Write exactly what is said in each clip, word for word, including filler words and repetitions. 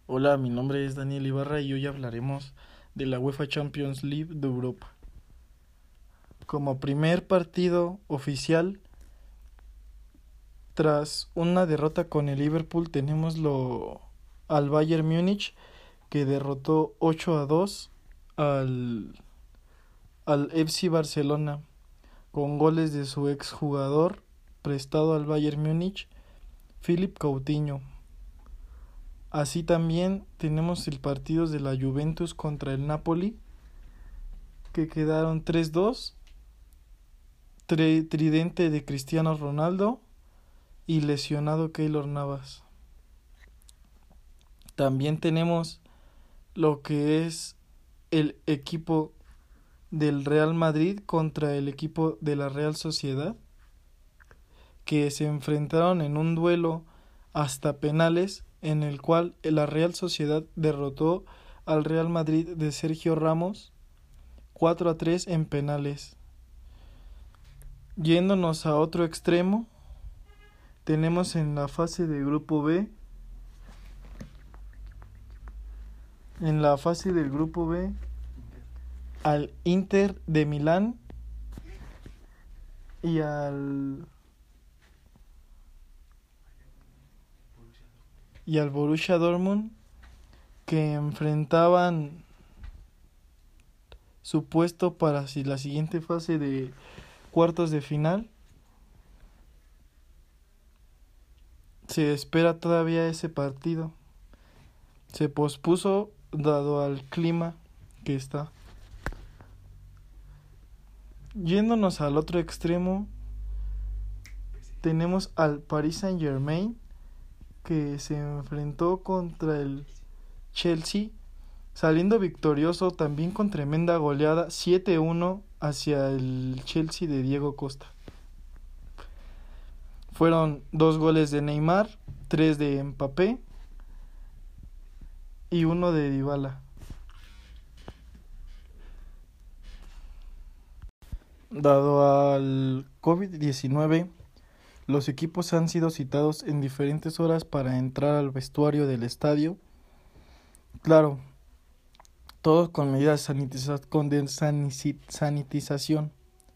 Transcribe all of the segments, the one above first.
Hola, mi nombre es Daniel Ibarra y hoy hablaremos de la UEFA Champions League de Europa. Como primer partido oficial, tras una derrota con el Liverpool, tenemos lo, al Bayern Múnich, que derrotó ocho a dos al, al F C Barcelona, con goles de su exjugador prestado al Bayern Múnich, Philippe Coutinho. Así también tenemos el partido de la Juventus contra el Napoli, que quedaron tres dos, tri- tridente de Cristiano Ronaldo y lesionado Keylor Navas. También tenemos lo que es el equipo del Real Madrid contra el equipo de la Real Sociedad, que se enfrentaron en un duelo hasta penales, en el cual la Real Sociedad derrotó al Real Madrid de Sergio Ramos cuatro a tres en penales. Yéndonos a otro extremo, tenemos en la fase de grupo B, en la fase del grupo B, al Inter de Milán y al y al Borussia Dortmund, que enfrentaban su puesto para si la siguiente fase de cuartos de final. Se espera todavía ese partido. Se pospuso dado al clima que está. Yéndonos al otro extremo, tenemos al Paris Saint-Germain, que se enfrentó contra el Chelsea, saliendo victorioso también con tremenda goleada siete uno hacia el Chelsea de Diego Costa. Fueron dos goles de Neymar, tres de Mbappé y uno de Dybala. Dado al COVID diecinueve, los equipos han sido citados en diferentes horas para entrar al vestuario del estadio. Claro, todos con medidas sanitiza- con de sanici- sanitización.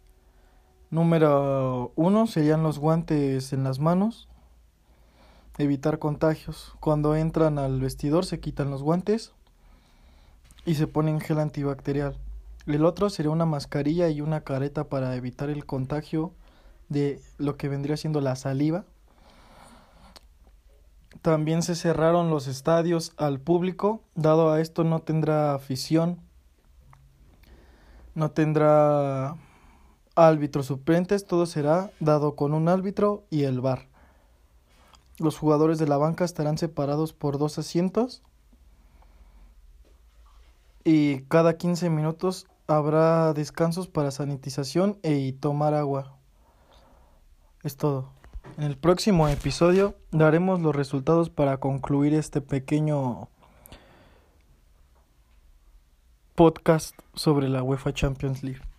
Número uno serían los guantes en las manos, evitar contagios. Cuando entran al vestidor se quitan los guantes y se ponen gel antibacterial. El otro sería una mascarilla y una careta para evitar el contagio de lo que vendría siendo la saliva. También se cerraron los estadios al público, dado a esto no tendrá afición, no tendrá árbitros suplentes, todo será dado con un árbitro y el V A R. Los jugadores de la banca estarán separados por dos asientos y cada quince minutos habrá descansos para sanitización y tomar agua. Es todo. En el próximo episodio daremos los resultados para concluir este pequeño podcast sobre la UEFA Champions League.